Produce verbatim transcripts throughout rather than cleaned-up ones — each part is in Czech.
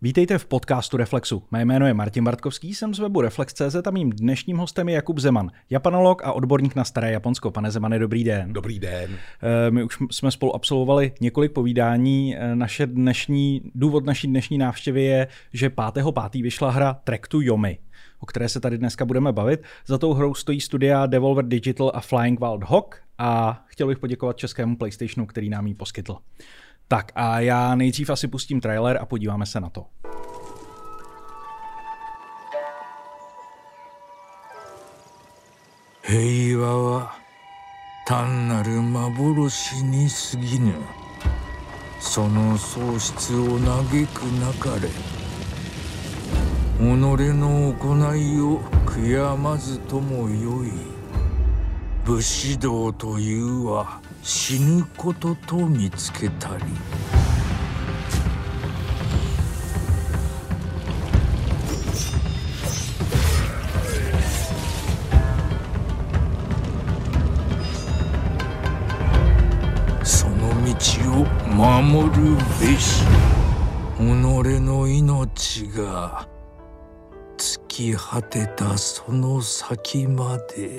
Vítejte v podcastu Reflexu. Mé jméno je Martin Bartkovský, jsem z webu Reflex tečka cé zet a mým dnešním hostem je Jakub Zeman, japanolog a odborník na staré Japonsko. Pane Zemane, dobrý den. Dobrý den. My už jsme spolu absolvovali několik povídání. Naše dnešní, důvod naší dnešní návštěvy je, že pátého pátého vyšla hra Trek to Yomi, o které se tady dneska budeme bavit. Za tou hrou stojí studia Devolver Digital a Flying Wild Hog a chtěl bych poděkovat českému PlayStationu, který nám ji poskytl. Tak a já nejdřív asi pustím trailer a podíváme se na to. 平和は単なる幻に過ぎぬ。その喪失を嘆くなかれ。己の行いを悔やまずともよい。武士道というは死ぬことと見つけたり。守るべし己の命が尽き果てたその先まで.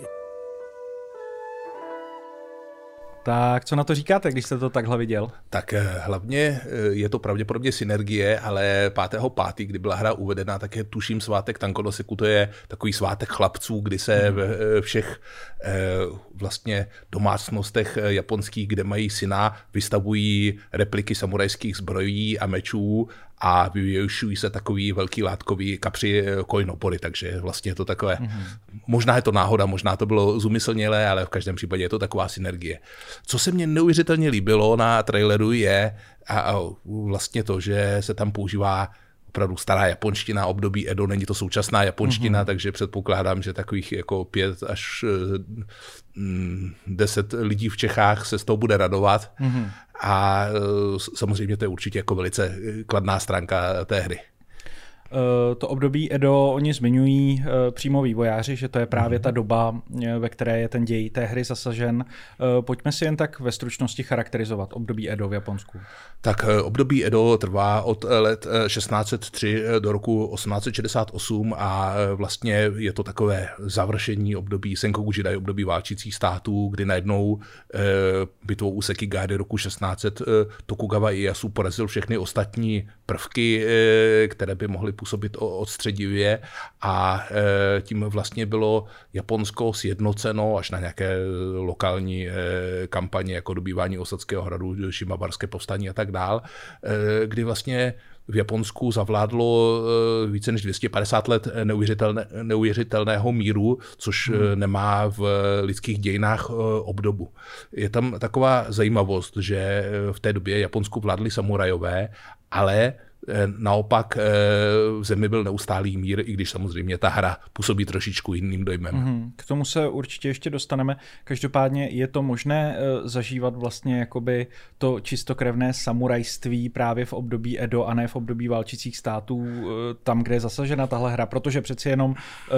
Tak co na to říkáte, když jste to takhle viděl? Tak hlavně je to pravděpodobně synergie, ale pátého pátého, kdy byla hra uvedena, tak je tuším svátek Tankonoseku, to je takový svátek chlapců, kdy se ve všech vlastně domácnostech japonských, kde mají syna, vystavují repliky samurajských zbrojí a mečů a vyvěšují se takový velký látkový kapři koinopory, takže vlastně je to takové, mm-hmm. možná je to náhoda, možná to bylo zúmyslnělé, ale v každém případě je to taková synergie. Co se mně neuvěřitelně líbilo na traileru je a, a vlastně to, že se tam používá opravdu stará japonština, období Edo, není to současná japonština, mm-hmm. takže předpokládám, že takových jako pět až mm, deset lidí v Čechách se z toho bude radovat mm-hmm. a samozřejmě to je určitě jako velice kladná stránka té hry. To období Edo oni zmiňují přímo vývojáři, že to je právě ta doba, ve které je ten děj té hry zasažen. Pojďme si jen tak ve stručnosti charakterizovat období Edo v Japonsku. Tak období Edo trvá od let šestnáct set tři do roku osmnáct set šedesát osm a vlastně je to takové završení období Sengoku Jidai, období válčících států, kdy najednou bitvou u Sekigahary roku šestnáct set Tokugawa Ieyasu porazil všechny ostatní prvky, které by mohly působit odstředivě a e, tím vlastně bylo Japonsko sjednoceno až na nějaké lokální e, kampaně jako dobývání Osadského hradu, Šimabarské povstání a tak dál, e, kdy vlastně v Japonsku zavládlo e, více než dvě stě padesát let neuvěřitelné, neuvěřitelného míru, což hmm. e, nemá v lidských dějinách e, obdobu. Je tam taková zajímavost, že v té době Japonsku vládli samurajové, ale naopak v zemi byl neustálý mír, i když samozřejmě ta hra působí trošičku jiným dojmem. Mm-hmm. K tomu se určitě ještě dostaneme. Každopádně je to možné zažívat vlastně jakoby to čistokrevné samurajství právě v období Edo a ne v období válčících států tam, kde je zasažena tahle hra, protože přeci jenom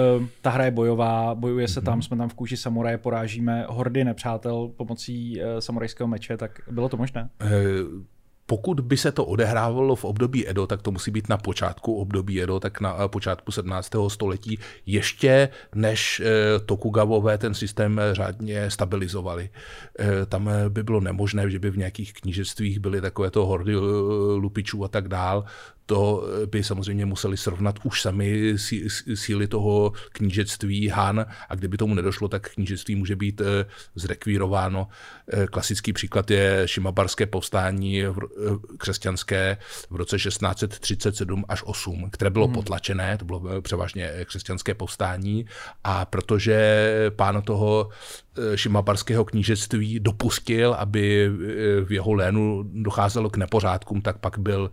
ta hra je bojová, bojuje se mm-hmm. tam, jsme tam v kůži samuraje, porážíme hordy nepřátel pomocí samurajského meče, tak bylo to možné? E- Pokud by se to odehrávalo v období Edo, tak to musí být na počátku období Edo, tak na počátku sedmnáctého století, ještě než Tokugawové ten systém řádně stabilizovali. Tam by bylo nemožné, že by v nějakých knížectvích byly takovéto hordy lupičů a tak dál. To by samozřejmě museli srovnat už sami síly toho knížectví Han a kdyby tomu nedošlo, tak knížectví může být zrekvírováno. Klasický příklad je Šimabarské povstání křesťanské v roce šestnáct set třicet sedm až osm, které bylo hmm. potlačené, to bylo převážně křesťanské povstání a protože pán toho Šimabarského knížectví dopustil, aby v jeho lénu docházelo k nepořádkům, tak pak byl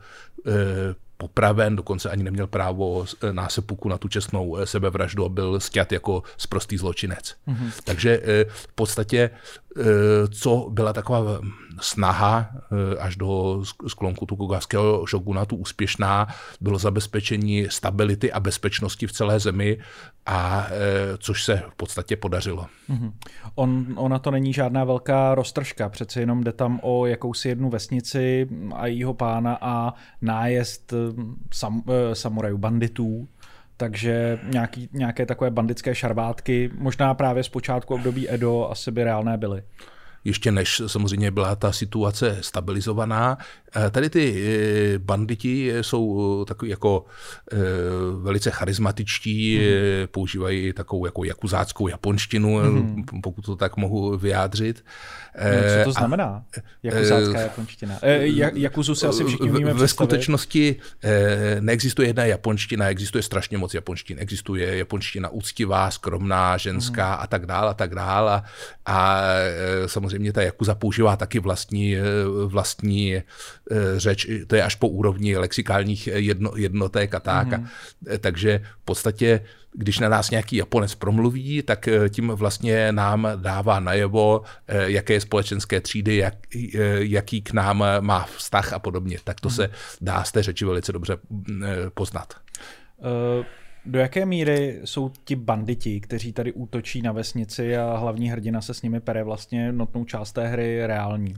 popraven, dokonce ani neměl právo násepuku na tu čestnou sebevraždu a byl sťat jako sprostý zločinec. Mm-hmm. Takže v podstatě co byla taková snaha až do sklonku Tokugawaského šogunátu úspěšná, bylo zabezpečení stability a bezpečnosti v celé zemi, a což se v podstatě podařilo. Mm-hmm. On, ona to není žádná velká roztržka, přece jenom jde tam o jakousi jednu vesnici a jejího pána a nájezd sam, samurajů, banditů. Takže nějaký, nějaké takové bandické šarvátky, možná právě z počátku období Edo, asi by reálné byly. Ještě než samozřejmě byla ta situace stabilizovaná. Tady ty banditi jsou takový jako velice charismatičtí, mm. používají takovou jako jakuzáckou japonštinu, mm. pokud to tak mohu vyjádřit. No, co to znamená? Jakuzácká japonština. Jakuzu se asi všichni víme Ve skutečnosti neexistuje jedna japonština, existuje strašně moc japonštin. Existuje japonština úctivá, skromná, ženská mm. a tak dále a tak dále. A, a samozřejmě ta jakuza používá taky vlastní, vlastní řeč, to je až po úrovni lexikálních jedno, jednotek a tak. Mm. A, takže v podstatě, když na nás nějaký Japonec promluví, tak tím vlastně nám dává najevo, jaké je společenské třídy, jak, jaký k nám má vztah a podobně. Tak to mm. se dá z té řeči velice dobře poznat. Uh... Do jaké míry jsou ti banditi, kteří tady útočí na vesnici a hlavní hrdina se s nimi pere, vlastně notnou část té hry reální?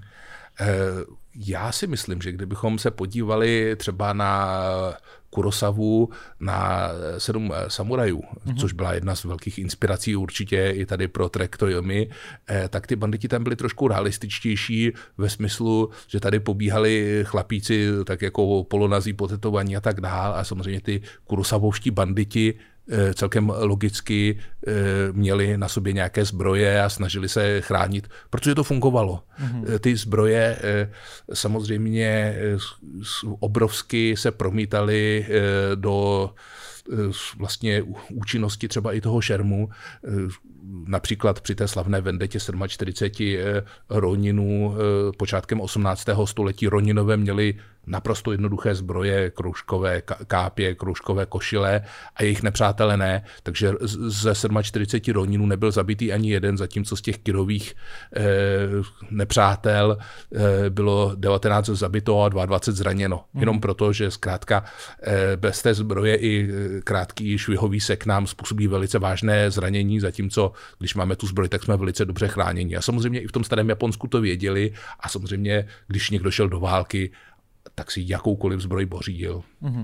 Já si myslím, že kdybychom se podívali třeba na Kurosawu, na Sedm samurajů, mm-hmm. což byla jedna z velkých inspirací určitě i tady pro Trek Toyomi, tak ty banditi tam byli trošku realističtější ve smyslu, že tady pobíhali chlapíci tak jako polonazí, potetovaní a tak dál, a samozřejmě ty kurosawovští banditi celkem logicky měli na sobě nějaké zbroje a snažili se chránit, protože to fungovalo. Mm-hmm. Ty zbroje samozřejmě obrovsky se promítaly do vlastně účinnosti třeba i toho šermu. Například při té slavné vendetě čtyřicet sedm Roninů počátkem osmnáctého století Roninové měli naprosto jednoduché zbroje, kroužkové kápě, kroužkové košile a jejich nepřátelé ne, takže ze čtyřicet sedm Roninů nebyl zabitý ani jeden, zatímco z těch Kirových eh, nepřátel eh, bylo devatenáct zabito a dvacet dva zraněno. Hmm. Jenom proto, že zkrátka eh, bez té zbroje i krátký švihový sek nám způsobí velice vážné zranění, zatímco když máme tu zbroj, tak jsme velice dobře chráněni. A samozřejmě i v tom starém Japonsku to věděli a samozřejmě, když někdo šel do války, tak si jakoukoliv zbroj pořídil. Mm-hmm.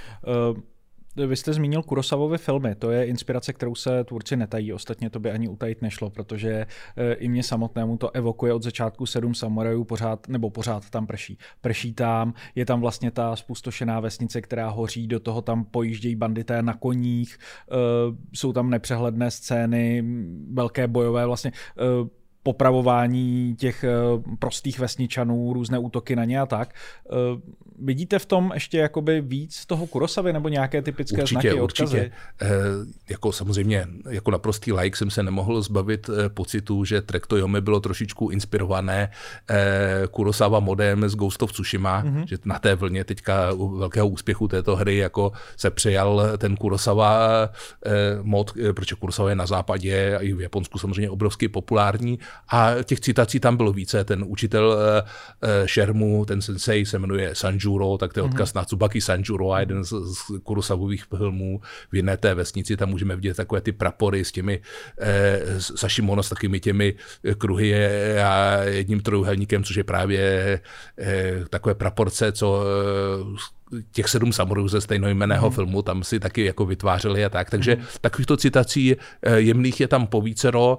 Uh, vy jste zmínil Kurosawovy filmy, to je inspirace, kterou se tvůrci netají, ostatně to by ani utajit nešlo, protože uh, i mě samotnému to evokuje od začátku Sedm samurajů, pořád, nebo pořád tam prší. Prší tam, je tam vlastně ta spustošená vesnice, která hoří, do toho tam pojíždějí bandité na koních, uh, jsou tam nepřehledné scény, velké bojové vlastně uh, popravování těch prostých vesničanů, různé útoky na ně a tak. Vidíte v tom ještě jakoby víc toho Kurosavy nebo nějaké typické určitě, znaky, určitě. odkazy? E, jako samozřejmě, jako naprostý laik jsem se nemohl zbavit e, pocitu, že Trek Toyomi bylo trošičku inspirované e, Kurosawa modem z Ghost of Tsushima, mm-hmm. že na té vlně teďka u velkého úspěchu této hry jako se přijal ten Kurosawa e, mod, e, protože Kurosawa je na západě a i v Japonsku samozřejmě obrovsky populární. A těch citací tam bylo více. Ten učitel uh, šermu, ten sensei se jmenuje Sanjuro, tak to je odkaz mm-hmm. na Tsubaki Sanjuro a jeden z, z Kurosawových filmů. V jedné té vesnici tam můžeme vidět takové ty prapory s těmi eh, Sashimono s takovými těmi kruhy a jedním trojuhelníkem, což je právě eh, takové praporce, co eh, těch sedm samurajů ze stejnojmenného mm. filmu tam si taky jako vytvářeli a tak. Takže mm. takovýchto citací eh, jemných je tam povícero.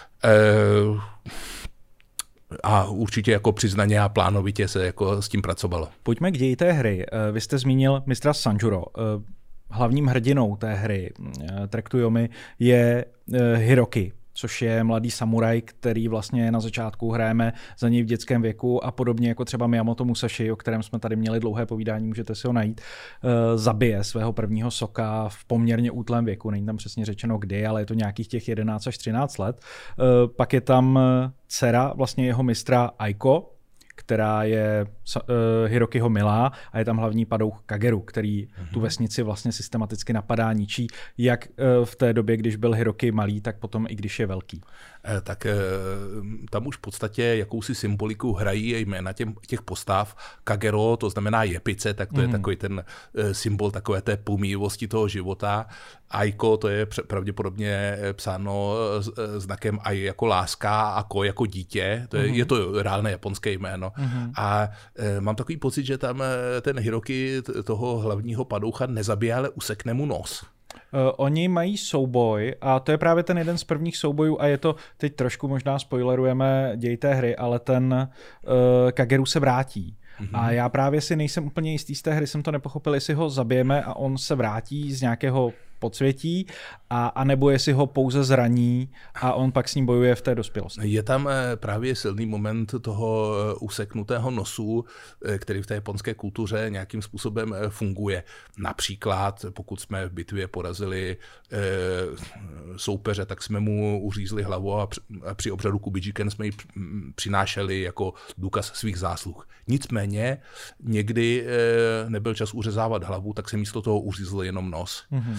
A určitě jako přiznaně a plánovitě se jako s tím pracovalo. Pojďme k ději té hry. Vy jste zmínil mistra Sanjuro. Hlavním hrdinou té hry Trek Toyomi je Hiroki, což je mladý samuraj, který vlastně na začátku hrajeme za něj v dětském věku a podobně jako třeba Miyamoto Musashi, o kterém jsme tady měli dlouhé povídání, můžete si ho najít, zabije svého prvního soka v poměrně útlém věku, není tam přesně řečeno kdy, ale je to nějakých těch jedenáct až třináct let. Pak je tam dcera vlastně jeho mistra Aiko, která je uh, Hirokiho milá a je tam hlavní padouch Kageru, který mm-hmm. tu vesnici vlastně systematicky napadá, ničí, jak uh, v té době, když byl Hiroki malý, tak potom i když je velký. Tak tam už v podstatě jakousi symboliku hrají jména těch postav. Kagero, to znamená jepice, tak to mm. je takový ten symbol takové té pomíjivosti toho života. Aiko, to je pravděpodobně psáno znakem Ai jako láska a Ko jako dítě. To je, mm. je to reálné japonské jméno. Mm. A mám takový pocit, že tam ten Hiroki toho hlavního padoucha nezabije, ale usekne mu nos. Uh, oni mají souboj a to je právě ten jeden z prvních soubojů a je to, teď trošku možná spoilerujeme děj té hry, ale ten uh, Kageru se vrátí. Mm-hmm. A já právě si nejsem úplně jistý z té hry, jsem to nepochopil, jestli ho zabijeme a on se vrátí z nějakého podsvětí, a, a nebo jestli ho pouze zraní a on pak s ním bojuje v té dospělosti. Je tam právě silný moment toho useknutého nosu, který v té japonské kultuře nějakým způsobem funguje. Například, pokud jsme v bitvě porazili e, soupeře, tak jsme mu uřízli hlavu a při, a při obřadu Kubijiken jsme ji přinášeli jako důkaz svých zásluh. Nicméně někdy e, nebyl čas uřezávat hlavu, tak se místo toho uřízl jenom nos. Mm-hmm.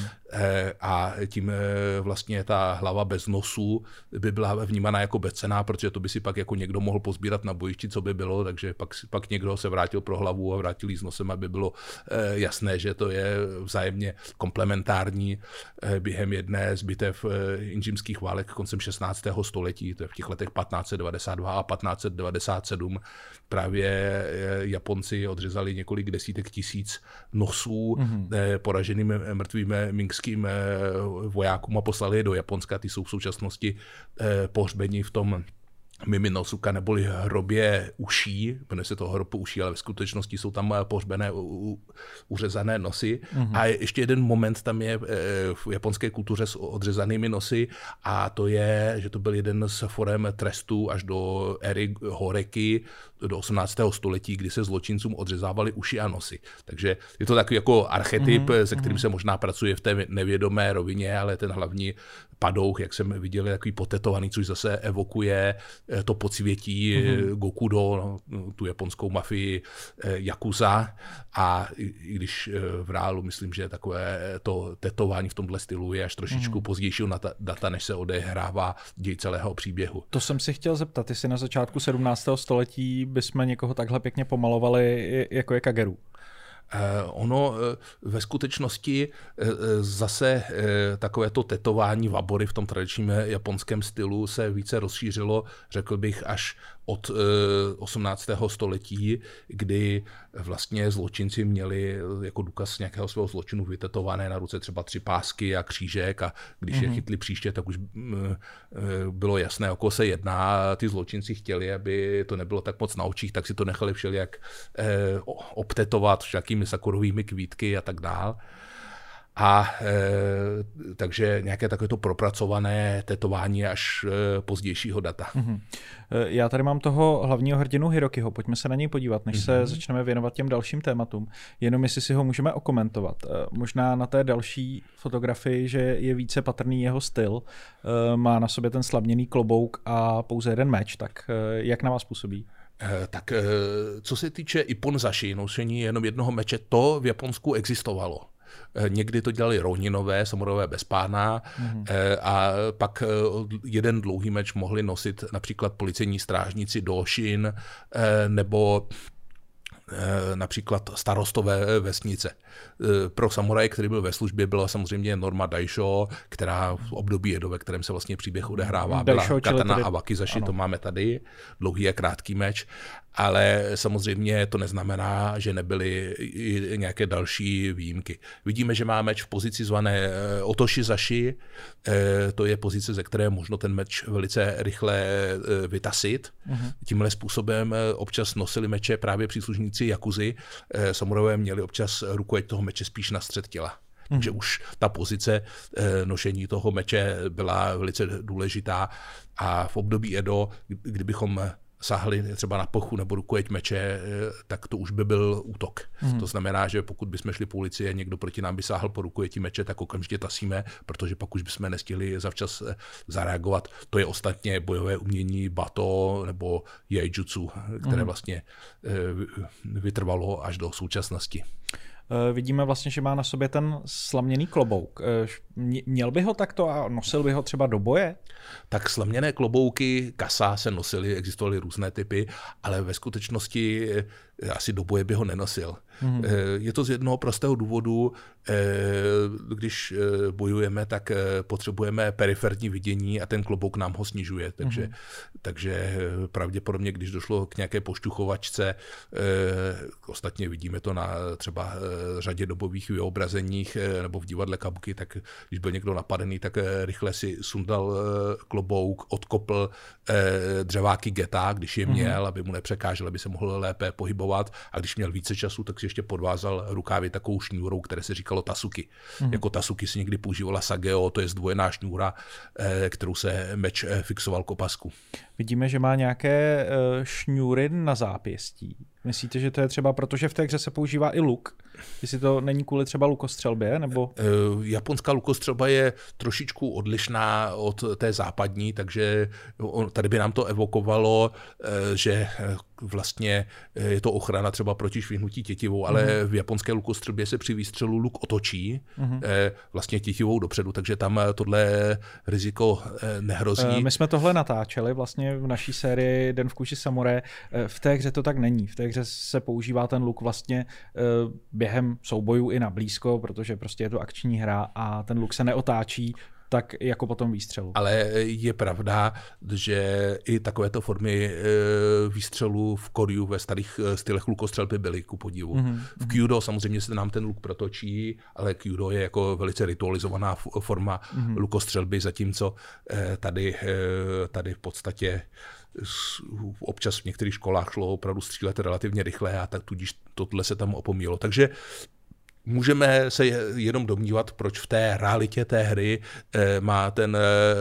A tím vlastně ta hlava bez nosu by byla vnímaná jako bezcenná, protože to by si pak jako někdo mohl pozbírat na bojišti, co by bylo, takže pak, pak někdo se vrátil pro hlavu a vrátil jí s nosem, aby bylo jasné, že to je vzájemně komplementární. Během jedné z bitev inžimských válek koncem šestnáctého století, to je v těch letech patnáct set devadesát dva a patnáct set devadesát sedm, právě Japonci odřezali několik desítek tisíc nosů mm-hmm. poraženým mrtvým mingským vojákům a poslali je do Japonska. Ty jsou v současnosti pohřbeni v tom Miminosuka neboli hrobě uší, jmenuje se to hrob uší, ale v skutečnosti jsou tam pohřbené u, u, uřezané nosy. Mm-hmm. A ještě jeden moment tam je v japonské kultuře s odřezanými nosy a to je, že to byl jeden z forem trestů až do éry Horeky, do osmnáctého století, kdy se zločincům odřezávali uši a nosy. Takže je to takový jako archetyp, mm-hmm. se kterým se možná pracuje v té nevědomé rovině, ale ten hlavní padouch, jak jsem viděl, je takový potetovaný, což zase evokuje to podsvětí mm-hmm. Gokudo, no, tu japonskou mafii Yakuza, a i když v reálu myslím, že takové to tetování v tomhle stylu je až trošičku mm-hmm. pozdějšího data, než se odehrává děj celého příběhu. To jsem si chtěl zeptat, jestli na začátku sedmnáctého století bychom někoho takhle pěkně pomalovali, jako je Kageru. Ono ve skutečnosti zase takovéto tetování wabory v tom tradičním japonském stylu se více rozšířilo, řekl bych, až od osmnáctého století, kdy vlastně zločinci měli jako důkaz nějakého svého zločinu vytetované na ruce třeba tři pásky a křížek, a když mm-hmm. je chytli příště, tak už bylo jasné, o koho se jedná. Ty zločinci chtěli, aby to nebylo tak moc na očích, tak si to nechali všelijak obtetovat všakými sakurovými kvítky a tak dál. A e, takže nějaké takovéto propracované tetování až e, pozdějšího data. Mm-hmm. Já tady mám toho hlavního hrdinu Hirokiho, pojďme se na něj podívat, než mm-hmm. se začneme věnovat těm dalším tématům. Jenom jestli si ho můžeme okomentovat. Možná na té další fotografii, že je více patrný jeho styl, má na sobě ten slabněný klobouk a pouze jeden meč, tak jak na vás působí? Tak co se týče ippon-zashi, nošení jenom jednoho meče, to v Japonsku existovalo. Někdy to dělali rouninové, samurajové bez pána, mm-hmm. a pak jeden dlouhý meč mohli nosit například policejní strážníci doshin nebo například starostové vesnice. Pro samuraje, který byl ve službě, byla samozřejmě norma daisho, která v období Edo, ve kterém se vlastně příběh odehrává, byla daisho, katana tady... a wakizashi, ano. To máme tady, dlouhý a krátký meč, ale samozřejmě to neznamená, že nebyly i nějaké další výjimky. Vidíme, že má meč v pozici zvané otoshizashi, to je pozice, ze které možno ten meč velice rychle vytasit. Uh-huh. Tímhle způsobem občas nosili meče právě příslušníci Jakuzy, samurajové měli občas rukojeť toho meče spíš na střed těla. Hmm. Takže už ta pozice nošení toho meče byla velice důležitá, a v období Edo, kdybychom sáhli třeba na plochu nebo rukojeť meče, tak to už by byl útok. Hmm. To znamená, že pokud bychom šli po ulici a někdo proti nám by sáhl po rukojeti meče, tak okamžitě tasíme, protože pak už bychom nestihli zavčas zareagovat. To je ostatně bojové umění Bato nebo Jeijutsu, které hmm. vlastně vytrvalo až do současnosti. Vidíme vlastně, že má na sobě ten slaměný klobouk. Měl by ho takto a nosil by ho třeba do boje? Tak slaměné klobouky, kasa se nosily, existovaly různé typy, ale ve skutečnosti asi do boje by ho nenosil. Hmm. Je to z jednoho prostého důvodu, když bojujeme, tak potřebujeme periferní vidění a ten klobouk nám ho snižuje. Takže, hmm. takže pravděpodobně, když došlo k nějaké pošťuchovačce, ostatně vidíme to na třeba řadě dobových vyobrazeních nebo v divadle Kabuki, tak když byl někdo napadený, tak rychle si sundal klobouk, odkopl dřeváky geta, když je měl, hmm. aby mu nepřekážel, aby se mohl lépe pohybovat. A když měl více času, tak si ještě podvázal rukávy takovou šňůrou, které se říkalo tasuki. Mm. Jako tasuki si někdy používala sageo, to je zdvojená šňůra, kterou se meč fixoval k opasku. Vidíme, že má nějaké šňůry na zápěstí. Myslíte, že to je třeba proto, že v té hře se používá i luk? Jestli to není kvůli třeba lukostřelbě? Nebo... Japonská lukostřelba je trošičku odlišná od té západní, takže tady by nám to evokovalo, že vlastně je to ochrana třeba proti švihnutí tětivou, ale mm. v japonské lukostřelbě se při výstřelu luk otočí mm. vlastně tětivou dopředu, takže tam tohle riziko nehrozí. My jsme tohle natáčeli vlastně v naší sérii Den v kůži samuraje. V té hře to tak není. V té hře se používá ten luk vlastně během soubojů i na blízko, protože prostě je to akční hra a ten luk se neotáčí tak jako po tom výstřelu. Ale je pravda, že i takovéto formy výstřelů v koryu ve starých stylech lukostřelby byly ku podivu. Mm-hmm. V kyudo samozřejmě se nám ten luk protočí, ale kyudo je jako velice ritualizovaná forma mm-hmm. lukostřelby, zatímco tady, tady v podstatě občas v některých školách šlo opravdu střílet relativně rychle a tak tudíž tohle se tam opomíjelo. Takže můžeme se jenom domnívat, proč v té realitě té hry má ten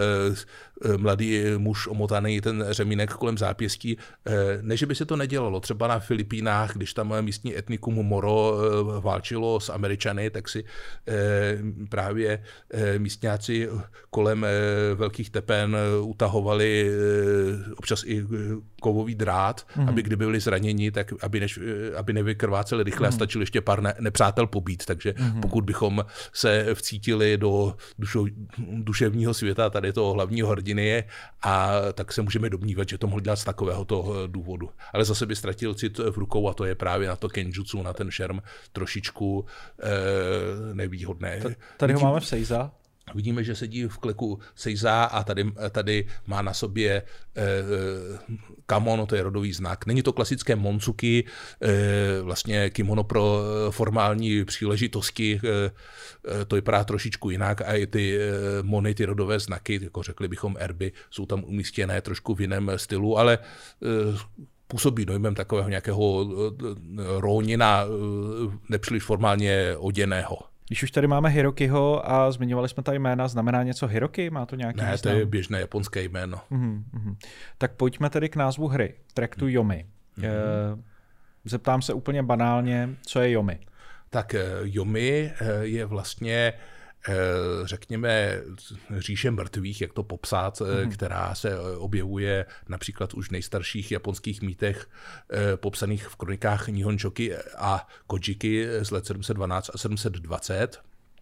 mladý muž omotaný ten řemínek kolem zápěstí. Ne, že by se to nedělalo. Třeba na Filipínách, když tam místní etnikum Moro válčilo s Američany, tak si právě místňáci kolem velkých tepen utahovali občas i kovový drát, mm. aby kdyby byli zraněni, tak aby, než, aby nevykrváceli rychle mm. a stačilo ještě pár ne, nepřátel pobít. Takže mm. pokud bychom se vcítili do dušo, duševního světa tady toho hlavního hrdiny, a tak se můžeme domnívat, že to mohl dělat z takovéhoto důvodu. Ale zase by ztratil cit v rukou a to je právě na to kenjutsu, na ten šerm trošičku eh, nevýhodné. Tady ho máme v Seiza. Vidíme, že sedí v kleku Seiza a tady, tady má na sobě eh, kamono, to je rodový znak. Není to klasické monsuki, eh, vlastně kimono pro formální příležitosti, eh, to vypadá trošičku jinak a i ty eh, mony, ty rodové znaky, jako řekli bychom erby, jsou tam umístěné trošku v jiném stylu, ale eh, působí dojmem takového nějakého rónina nepříliš formálně oděného. Když už tady máme Hirokiho a zmiňovali jsme tady jména, znamená něco Hiroki? Má to nějaký Ne, význam? to je běžné japonské jméno. Uhum, uhum. Tak pojďme tedy k názvu hry. Track to Yomi. Uhum. Zeptám se úplně banálně, co je Yomi? Tak Yomi je vlastně, řekněme, říše mrtvých, jak to popsat, mm. která se objevuje například už v nejstarších japonských mýtech popsaných v kronikách Nihonshoki a Kojiki z let sedm set dvanáct a sedm set dvacet.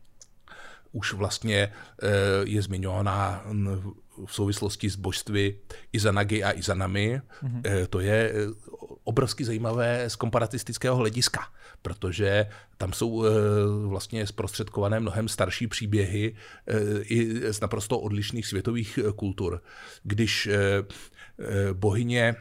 Už vlastně je zmiňovaná v souvislosti s božství Izanagi a Izanami. Mm-hmm. To je obrovsky zajímavé z komparatistického hlediska, protože tam jsou vlastně zprostředkované mnohem starší příběhy i z naprosto odlišných světových kultur. Když bohyně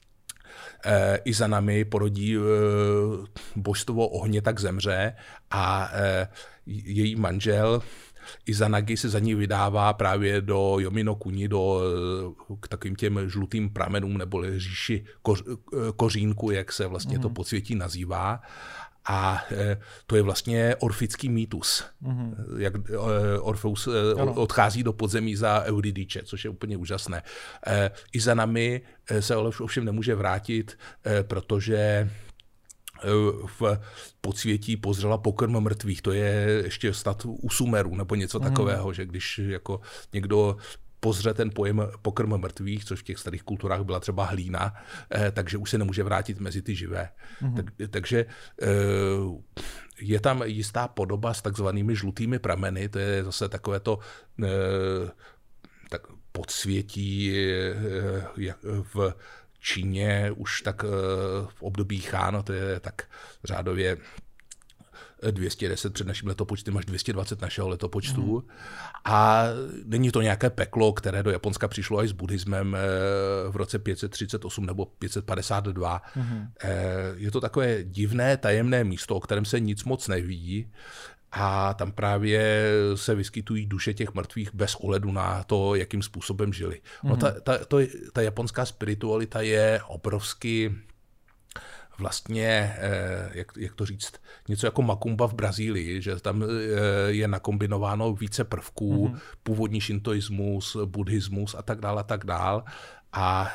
Izanami porodí božstvo ohně, tak zemře a její manžel Izanagi se za ní vydává právě do Yomi no Kuni, do, k takovým těm žlutým pramenům nebo říši ko, kořínku, jak se vlastně mm-hmm. to podsvětí nazývá. A to je vlastně orfický mýtus. Mm-hmm. Jak Orfeus odchází do podzemí za Eurydice, což je úplně úžasné. I za nami se ovšem nemůže vrátit, protože v podsvětí pozřela pokrm mrtvých. To je ještě snad u Sumerů nebo něco mm. takového, že když jako někdo pozře ten pojem pokrm mrtvých, což v těch starých kulturách byla třeba hlína, eh, takže už se nemůže vrátit mezi ty živé. Mm. Tak, takže eh, je tam jistá podoba s takzvanými žlutými prameny, to je zase takové to eh, tak podsvětí eh, v Číně už tak v období Chán, to je tak řádově dvě stě deset před naším letopočtem až dvě stě dvacet našeho letopočtu. Mm. A není to nějaké peklo, které do Japonska přišlo až s buddhismem v roce pět set třicet osm nebo pět set padesát dva. Mm. Je to takové divné, tajemné místo, o kterém se nic moc neví. A tam právě se vyskytují duše těch mrtvých bez ohledu na to, jakým způsobem žili. Mm-hmm. No ta, ta, to, ta japonská spiritualita je obrovsky vlastně, jak, jak to říct, něco jako Macumba v Brazílii, že tam je nakombinováno více prvků, mm-hmm. původní šintoismus, buddhismus a tak dále a tak dále. A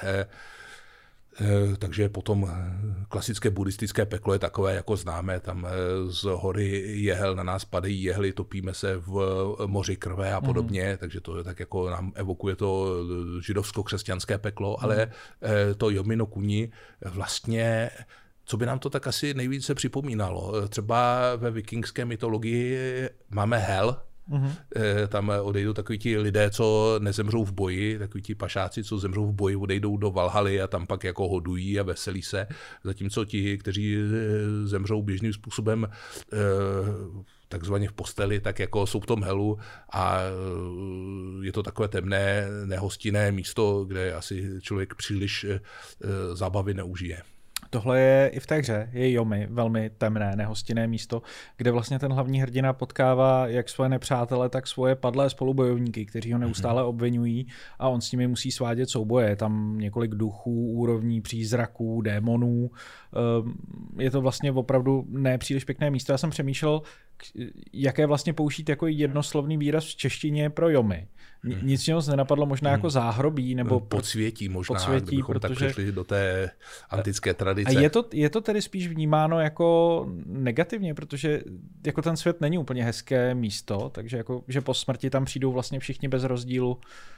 takže potom klasické buddhistické peklo je takové, jako známe, tam z hory jehel na nás padají jehly, topíme se v moři krve a podobně, mm. takže to je tak jako nám evokuje to židovsko-křesťanské peklo, mm. ale to Yomi no Kuni vlastně, co by nám to tak asi nejvíce připomínalo. Třeba ve vikingské mytologii máme hel, mm-hmm. tam odejdou takoví ti lidé, co nezemřou v boji, takoví ti pašáci, co zemřou v boji, odejdou do Valhaly a tam pak jako hodují a veselí se, zatímco ti, kteří zemřou běžným způsobem takzvaně v posteli, tak jako jsou v tom helu a je to takové temné, nehostinné místo, kde asi člověk příliš zábavy neužije. Tohle je i v té hře, je Yomi, velmi temné, nehostinné místo, kde vlastně ten hlavní hrdina potkává jak svoje nepřátele, tak svoje padlé spolubojovníky, kteří ho neustále obvinují a on s nimi musí svádět souboje. Je tam několik duchů, úrovní, přízraků, démonů. Je to vlastně opravdu nepříliš pěkné místo. Já jsem přemýšlel, jaké vlastně použít jako jednoslovný výraz v češtině pro Yomi. Nic moc nenapadlo, možná jako záhrobí nebo podsvětí možná, podsvětí, kdybychom protože... tak přešli do té antické tradice. A je to, je to tedy spíš vnímáno jako negativně, protože jako ten svět není úplně hezké místo, takže jako, že po smrti tam přijdou vlastně všichni bez rozdílu.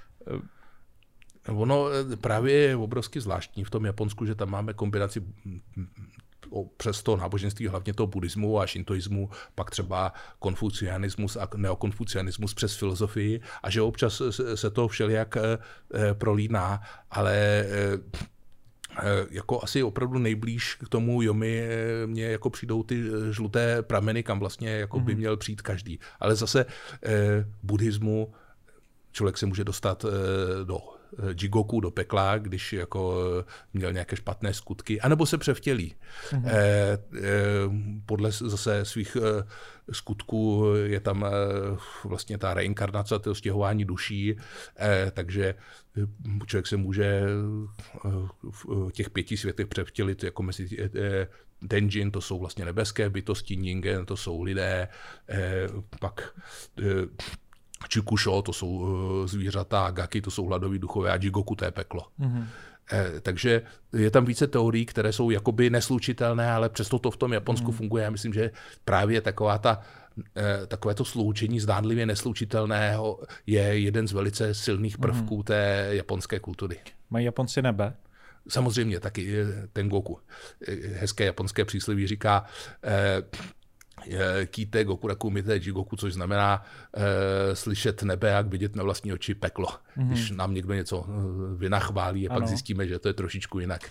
Ono právě je obrovsky zvláštní v tom Japonsku, že tam máme kombinaci přes to náboženství, hlavně toho buddhismu a šintoismu, pak třeba konfucianismus a neokonfucianismus přes filozofii a že občas se to všelijak prolíná, ale jako asi opravdu nejblíž k tomu Yomi mě jako přijdou ty žluté prameny, kam vlastně jako by měl přijít každý. Ale zase buddhismu člověk se může dostat do Jigoku, do pekla, když jako měl nějaké špatné skutky, anebo se převtělí. Mm-hmm. E, e, podle zase svých e, skutků je tam e, vlastně ta reinkarnace, to stěhování duší, e, takže člověk se může v těch pěti světech převtělit jako mezi e, Tenjin, to jsou vlastně nebeské bytosti, Ningen, to jsou lidé, e, pak e, Chikusho, to jsou zvířata, Gaki, to jsou hladoví duchové a Jigoku, to je peklo. Mm-hmm. Eh, takže je tam více teorií, které jsou jakoby neslučitelné, ale přesto to v tom Japonsku mm. funguje. Já myslím, že právě taková ta, eh, takové to sloučení zdánlivě neslučitelného je jeden z velice silných prvků mm. té japonské kultury. Mají Japonci nebe? Samozřejmě, taky Tengoku. Hezké japonské přísloví říká eh, Kite Gokuraku Mite Jigoku, což znamená e, slyšet nebe a vidět na vlastní oči peklo. Mm-hmm. Když nám někdo něco vynachválí a ano. pak zjistíme, že to je trošičku jinak. E,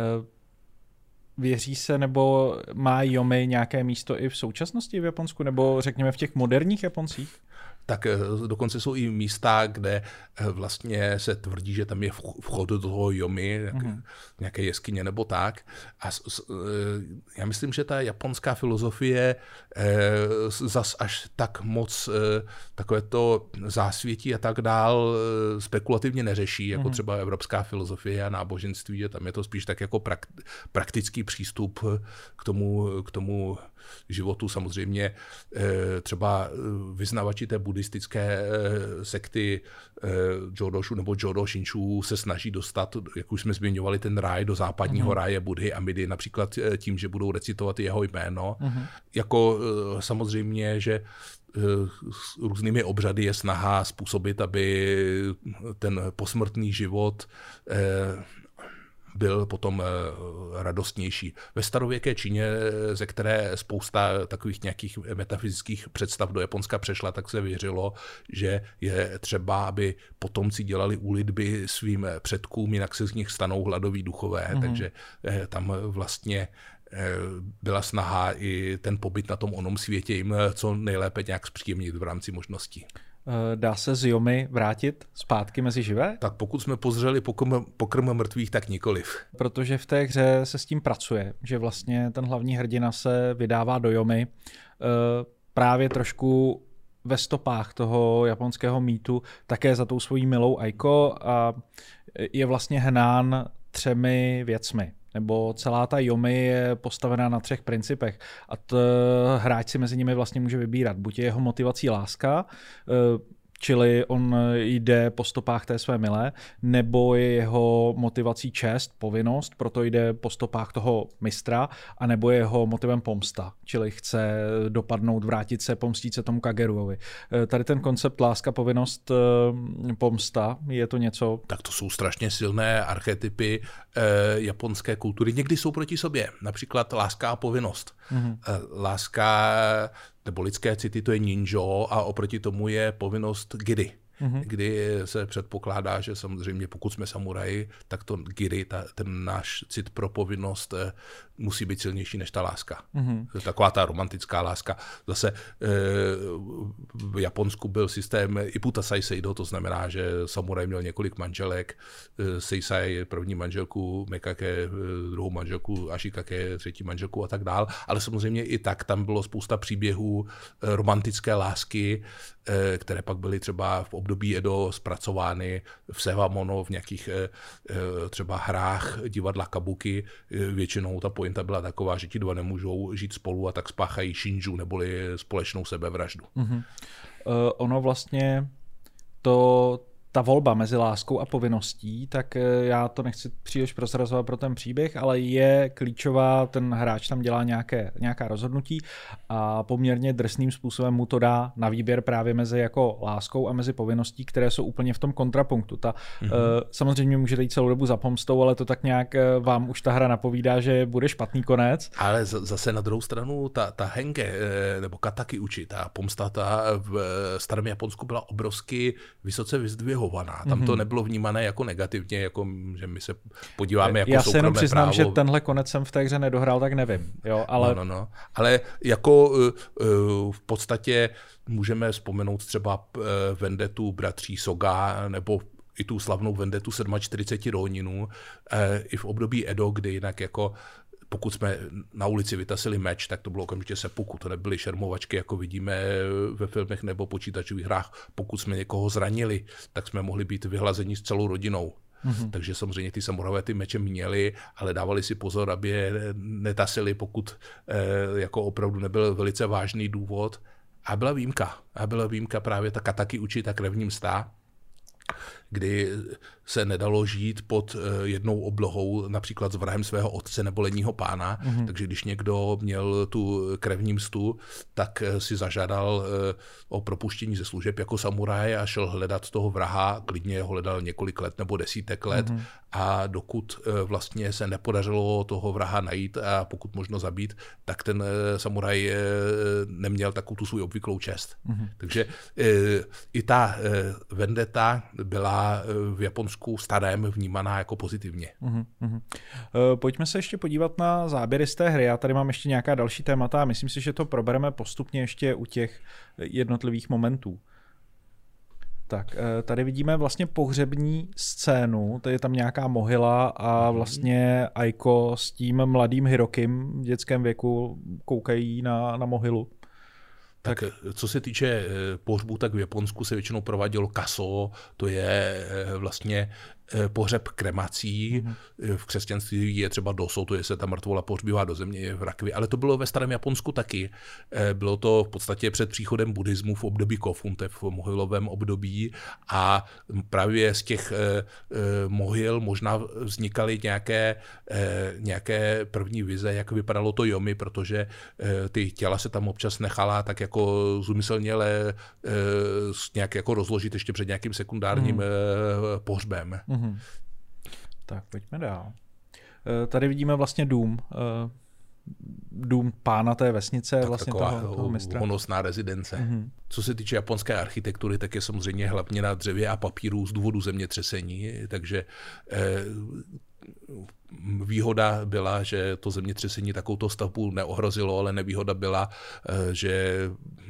věří se, nebo má Yomi nějaké místo i v současnosti v Japonsku, nebo řekněme v těch moderních Japoncích? Tak dokonce jsou i místa, kde vlastně se tvrdí, že tam je vchod do toho Yomi, mm-hmm. nějaké jeskyně nebo tak. A já myslím, že ta japonská filozofie zas až tak moc takové to zásvětí a tak dál spekulativně neřeší, jako mm-hmm. třeba evropská filozofie a náboženství, že tam je to spíš tak jako praktický přístup k tomu, k tomu životu. Samozřejmě třeba vyznavači té buddhistické sekty Jodoshu nebo Jodo Shinshu se snaží dostat, jak už jsme zmiňovali, ten ráj do západního mm-hmm. ráje Buddhy Amidy, například tím, že budou recitovat jeho jméno. Mm-hmm. Jako samozřejmě, že s různými obřady je snaha způsobit, aby ten posmrtný život byl potom radostnější. Ve starověké Číně, ze které spousta takových nějakých metafyzických představ do Japonska přešla, tak se věřilo, že je třeba, aby potomci dělali úlitby svým předkům, jinak se z nich stanou hladoví duchové. Mm-hmm. Takže tam vlastně byla snaha i ten pobyt na tom onom světě jim co nejlépe nějak zpříjemnit v rámci možností. Dá se z Yomi vrátit zpátky mezi živé? Tak pokud jsme pozřeli pokrm, pokrm mrtvých, tak nikoliv. Protože v té hře se s tím pracuje, že vlastně ten hlavní hrdina se vydává do Yomi právě trošku ve stopách toho japonského mýtu, také za tou svojí milou Aiko a je vlastně hnán třemi věcmi. Nebo celá ta Yomi je postavená na třech principech a t, hráč si mezi nimi vlastně může vybírat. Buď je jeho motivací láska, čili on jde po stopách té své milé, nebo je jeho motivací čest, povinnost, proto jde po stopách toho mistra, a nebo je jeho motivem pomsta, čili chce dopadnout, vrátit se, pomstít se tomu Kageruovi. Tady ten koncept láska, povinnost, pomsta, je to něco... Tak to jsou strašně silné archetypy eh, japonské kultury. Někdy jsou proti sobě, například láska a povinnost. Mm-hmm. Eh, láska... nebo lidské city, to je ninjo a oproti tomu je povinnost giri. Mm-hmm. Kdy se předpokládá, že samozřejmě pokud jsme samuraji, tak to giri, ta, ten náš cit pro povinnost musí být silnější než ta láska. Mm-hmm. Taková ta romantická láska. Zase v Japonsku byl systém Iputasai Seido, to znamená, že samuraj měl několik manželek, Seisai první manželku, Mekake druhou manželku, Ashikake třetí manželku a tak dál, ale samozřejmě i tak tam bylo spousta příběhů romantické lásky, které pak byly třeba v období Edo zpracovány v Sewamono, v nějakých třeba hrách divadla kabuki. Většinou ta pointa byla taková, že ti dva nemůžou žít spolu a tak spáchají shinju, neboli společnou sebevraždu. Mm-hmm. Uh, ono vlastně to... ta volba mezi láskou a povinností, tak já to nechci příliš prozrazovat pro ten příběh, ale je klíčová, ten hráč tam dělá nějaké, nějaká rozhodnutí a poměrně drsným způsobem mu to dá na výběr právě mezi jako láskou a mezi povinností, které jsou úplně v tom kontrapunktu. Ta, mm-hmm. uh, samozřejmě můžete jít celou dobu za pomstou, ale to tak nějak vám už ta hra napovídá, že bude špatný konec. Ale zase na druhou stranu ta, ta henge, nebo kataki uči, ta pomsta ta v starém Japonsku byla obrovsky vysoce vyzdvihovaná. Tam to nebylo vnímané jako negativně, jako že my se podíváme jako já soukromé se jenom přiznám, právo. Že tenhle konec jsem v té hře nedohrál, tak nevím. Jo, ale... No, no, no. Ale jako uh, uh, v podstatě můžeme vzpomenout třeba uh, vendetu bratří Soga nebo i tu slavnou vendetu čtyřicet sedm Roninů, uh, i v období Edo, kdy jinak jako pokud jsme na ulici vytasili meč, tak to bylo okamžitě seppuku. To nebyly šermovačky, jako vidíme ve filmech nebo počítačových hrách. Pokud jsme někoho zranili, tak jsme mohli být vyhlazeni s celou rodinou. Mm-hmm. Takže samozřejmě ty samurajové ty meče měli, ale dávali si pozor, aby je netasili, pokud eh, jako opravdu nebyl velice vážný důvod. A byla výjimka. A byla výjimka právě ta kataki uči, ta krevní msta, kdy se nedalo žít pod jednou oblohou, například s vrahem svého otce nebo lenního pána, mm-hmm. takže když někdo měl tu krevní mstu, tak si zažádal o propuštění ze služeb jako samuraj a šel hledat toho vraha, klidně ho hledal několik let nebo desítek let mm-hmm. a dokud vlastně se nepodařilo toho vraha najít a pokud možno zabít, tak ten samuraj neměl takovou tu svou obvyklou čest. Mm-hmm. Takže i ta vendeta byla v Japonsku starém vnímaná jako pozitivně. Uhum, uhum. Pojďme se ještě podívat na záběry z té hry. Já tady mám ještě nějaká další témata a myslím si, že to probereme postupně ještě u těch jednotlivých momentů. Tak, tady vidíme vlastně pohřební scénu, tady je tam nějaká mohyla a vlastně Aiko s tím mladým Hirokim v dětském věku koukají na, na mohylu. Tak co se týče pohřbu, tak v Japonsku se většinou provádělo kaso, to je vlastně pohřeb kremací. Mm-hmm. V křesťanství je třeba dosou, to je se ta mrtvola pohřbívá do země v rakvi, ale to bylo ve starém Japonsku taky. Bylo to v podstatě před příchodem buddhismu v období Kofunte, v mohylovém období a právě z těch mohyl možná vznikaly nějaké, nějaké první vize, jak vypadalo to yomi, protože ty těla se tam občas nechala tak jako zúmyslněle nějak jako rozložit ještě před nějakým sekundárním hmm. pohřbem. Hmm. Tak pojďme dál. Tady vidíme vlastně dům. Dům pána té vesnice, tak vlastně toho, toho mistra. Honosná rezidence. Mm-hmm. Co se týče japonské architektury, tak je samozřejmě hlavně na dřevě a papíru z důvodu zemětřesení, takže eh, výhoda byla, že to zemětřesení takovouto stavbu neohrozilo, ale nevýhoda byla, že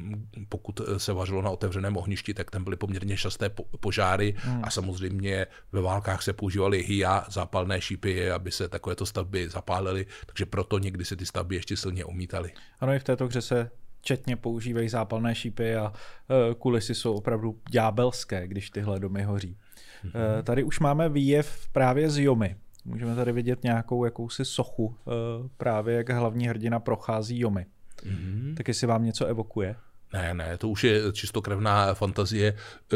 pokud se vařilo na otevřeném ohništi, tak tam byly poměrně časté požáry hmm. a samozřejmě ve válkách se používaly hija, zápalné šípy, aby se takovéto stavby zapálily, takže proto někdy se ty stavby ještě silně omítaly. Ano, i v této hře se četně používají zápalné šípy a kulisy jsou opravdu ďábelské, když tyhle domy hoří. Hmm. Tady už máme výjev právě z Yomi. Můžeme tady vidět nějakou jakousi sochu, právě jak hlavní hrdina prochází Yomi. Mm-hmm. Tak jestli vám něco evokuje? Ne, ne, to už je čistokrevná fantazie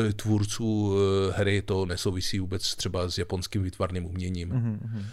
tvůrců hry, to nesouvisí vůbec třeba s japonským výtvarným uměním. Mm-hmm.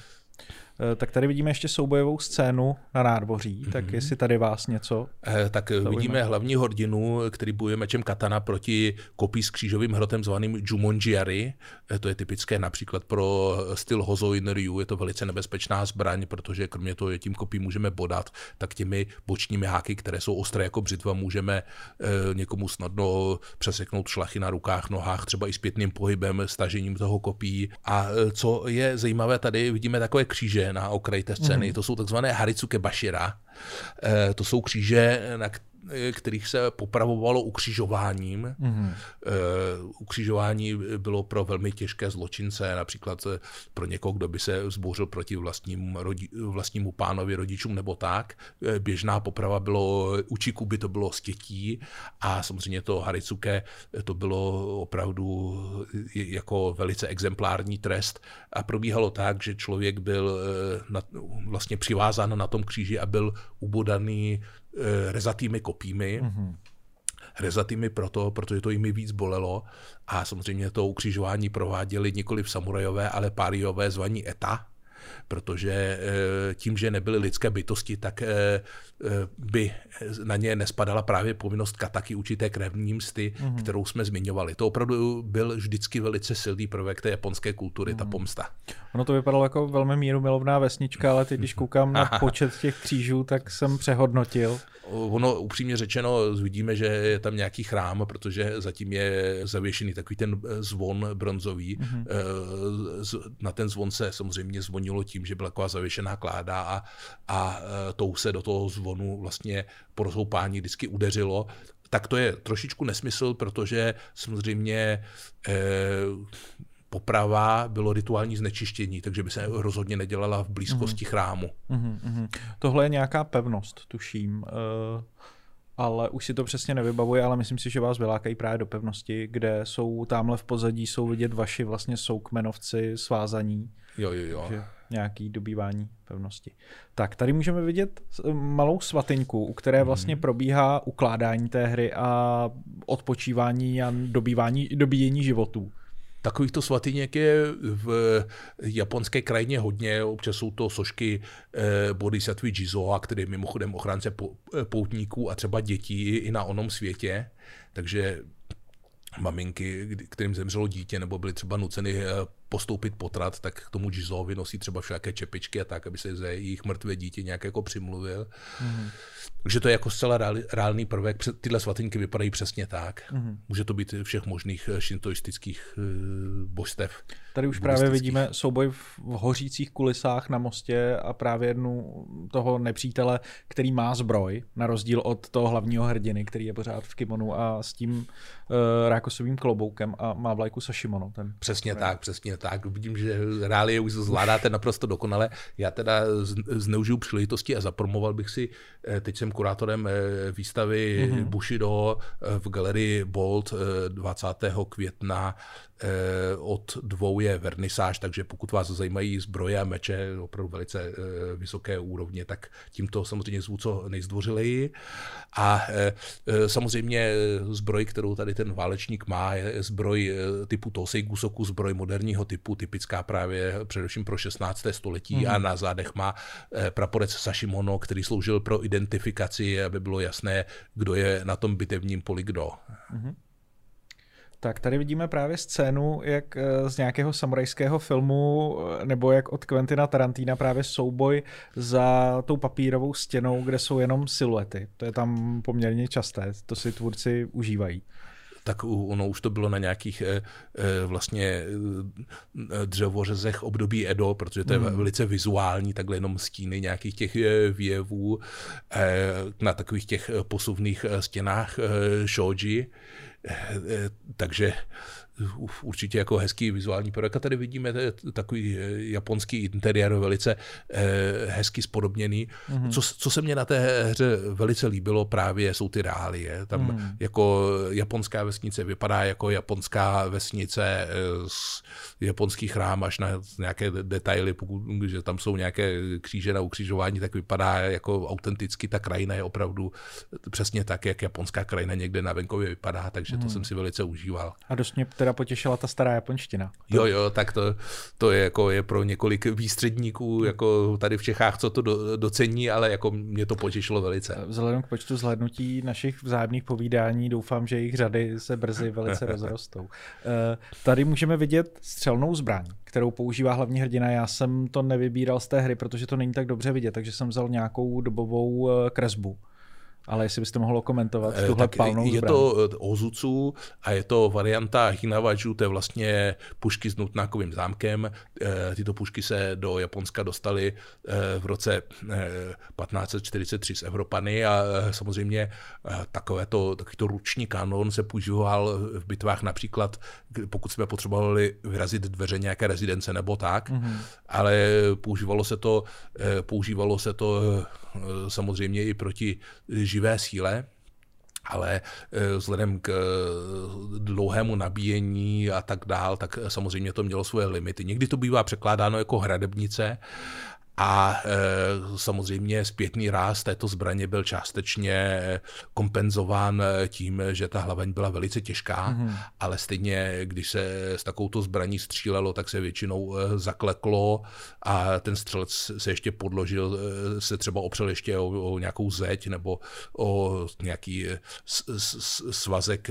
Tak tady vidíme ještě soubojovou scénu na nádvoří, mm-hmm. tak jestli tady vás něco eh, Tak zaujíme. Vidíme hlavního hrdinu, který bojuje mečem katana proti kopí s křížovým hrotem zvaným Jumonjiari. Eh, to je typické například pro styl Hozoin Ryu, je to velice nebezpečná zbraň, protože kromě toho, že tím kopí můžeme bodat, tak těmi bočními háky, které jsou ostré jako břitva, můžeme eh, někomu snadno přeseknout šlachy na rukách, nohách, třeba i zpětným pohybem, stažením toho kopí. A eh, co je zajímavé, tady vidíme takové kříže na okraji té scény. Mm. To jsou takzvané Haritsuke Bashira. E, to jsou kříže, na kterých se popravovalo ukřižováním. Mm. E, ukřižování bylo pro velmi těžké zločince, například pro někoho, kdo by se vzbouřil proti vlastnímu, rodi, vlastnímu pánovi, rodičům nebo tak. E, běžná poprava bylo, u Chikuby to bylo stětí a samozřejmě to Haritsuke to bylo opravdu jako velice exemplární trest a probíhalo tak, že člověk byl na, vlastně přivázán na tom kříži a byl ubodaný rezatými kopími. Mm-hmm. Rezatými proto, protože to jimi víc bolelo a samozřejmě to ukřižování prováděli nikoliv samurajové, ale páriové zvaní eta, protože tím, že nebyly lidské bytosti, tak by na ně nespadala právě povinnost kataky, určité krevní msty, mm-hmm. kterou jsme zmiňovali. To opravdu byl vždycky velice silný prvek té japonské kultury, mm-hmm. ta pomsta. Ono to vypadalo jako velmi mírumilovná vesnička, ale teď, když koukám na počet těch křížů, tak jsem přehodnotil. Ono upřímně řečeno vidíme, že je tam nějaký chrám, protože zatím je zavěšený takový ten zvon bronzový. Mm-hmm. Na ten zvon se samozřejmě zvonilo tím, že byla taková zavěšená kláda a, a tou se do toho zvonu vlastně po rozhoupání vždycky udeřilo. Tak to je trošičku nesmysl, protože samozřejmě eh, poprava bylo rituální znečištění, takže by se rozhodně nedělala v blízkosti mm. chrámu. Mm, mm. Tohle je nějaká pevnost, tuším, uh, ale už si to přesně nevybavuji, ale myslím si, že vás vylákají právě do pevnosti, kde jsou tamhle v pozadí jsou vidět vaši vlastně soukmenovci svázaní. Jo, jo, jo. Takže nějaký dobývání pevnosti. Tak, tady můžeme vidět malou svatyňku, u které vlastně mm. probíhá ukládání té hry a odpočívání a dobývání, dobíjení životů. Takovýchto svatyněk je v japonské krajině hodně, občas jsou to sošky eh, bodhisattvy Jizoa, který je mimochodem ochránce poutníků a třeba dětí i na onom světě, takže maminky, kterým zemřelo dítě nebo byly třeba nuceny postoupit potrat, tak k tomu Jizovi nosí třeba všelijaké čepičky a tak, aby se za jejich mrtvé dítě nějak jako přimluvil. Mm. Takže to je jako zcela reálný prvek. Tyhle svatyňky vypadají přesně tak. Mm. Může to být všech možných šintoistických božstev. Tady už právě vidíme souboj v hořících kulisách na mostě a právě jednu toho nepřítele, který má zbroj, na rozdíl od toho hlavního hrdiny, který je pořád v kimonu a s tím uh, rákosovým kloboukem a má vlajku Sashimono. Ten přesně tak, přesně tak, vidím, že reálie už zvládáte naprosto dokonale. Já teda zneužiju příležitosti a zapromoval bych si, teď jsem kurátorem výstavy mm-hmm. Bushido v galerii Bolt dvacátého května. Od dvou je vernisáž, takže pokud vás zajímají zbroje a meče opravdu velice vysoké úrovně, tak tímto samozřejmě zvu co nejzdvořileji. A samozřejmě zbroj, kterou tady ten válečník má, je zbroj typu Tosei Gusoku, zbroj moderního typu, typická právě především pro šestnácté století mm. a na zádech má praporec Sashimono, který sloužil pro identifikaci, aby bylo jasné, kdo je na tom bitevním poli kdo. Mm. Tak tady vidíme právě scénu, jak z nějakého samurajského filmu, nebo jak od Quentina Tarantina právě souboj za tou papírovou stěnou, kde jsou jenom siluety. To je tam poměrně časté, to si tvůrci užívají. Tak ono už to bylo na nějakých eh, vlastně dřevořezech období Edo, protože to je mm. velice vizuální, takhle jenom stíny nějakých těch výjevů eh, na takových těch posuvných stěnách eh, shoji. Takže určitě jako hezký vizuální projekt. A tady vidíme takový japonský interiér velice hezky spodobněný. Mm-hmm. Co, co se mně na té hře velice líbilo právě jsou ty reálie. Tam mm. jako japonská vesnice vypadá jako japonská vesnice z japonských chrám až na nějaké detaily, pokud, že tam jsou nějaké kříže na ukřižování, tak vypadá jako autenticky. Ta krajina je opravdu přesně tak, jak japonská krajina někde na venkově vypadá, takže mm. to jsem si velice užíval. A dost mě teda potěšila ta stará japonština. Jo, jo, tak to, to je, jako, je pro několik výstředníků jako tady v Čechách, co to do, docení, ale jako mě to potěšilo velice. Vzhledem k počtu zhlédnutí našich vzájemných povídání doufám, že jejich řady se brzy velice rozrostou. Tady můžeme vidět střelnou zbraň, kterou používá hlavní hrdina. Já jsem to nevybíral z té hry, protože to není tak dobře vidět, takže jsem vzal nějakou dobovou kresbu. Ale jestli byste mohl komentovat tuhle palnou zbraň. Je to Ozutsu a je to varianta Hinawaju, to je vlastně pušky s nutnákovým zámkem. Tyto pušky se do Japonska dostaly v roce patnáct set čtyřicet tři z Evropany a samozřejmě takovéto, takovýto ruční kanon se používal v bitvách například, pokud jsme potřebovali vyrazit dveře nějaké rezidence nebo tak, mm-hmm. ale používalo se to, používalo se to samozřejmě i proti živé síle, ale vzhledem k dlouhému nabíjení a tak dál, tak samozřejmě to mělo svoje limity. Někdy to bývá překládáno jako hradebnice a e, samozřejmě zpětný ráz této zbraně byl částečně kompenzován tím, že ta hlaveň byla velice těžká, mm-hmm. ale stejně, když se s takovouto zbraní střílelo, tak se většinou zakleklo a ten střelec se ještě podložil, se třeba opřel ještě o, o nějakou zeď nebo o nějaký s, s, svazek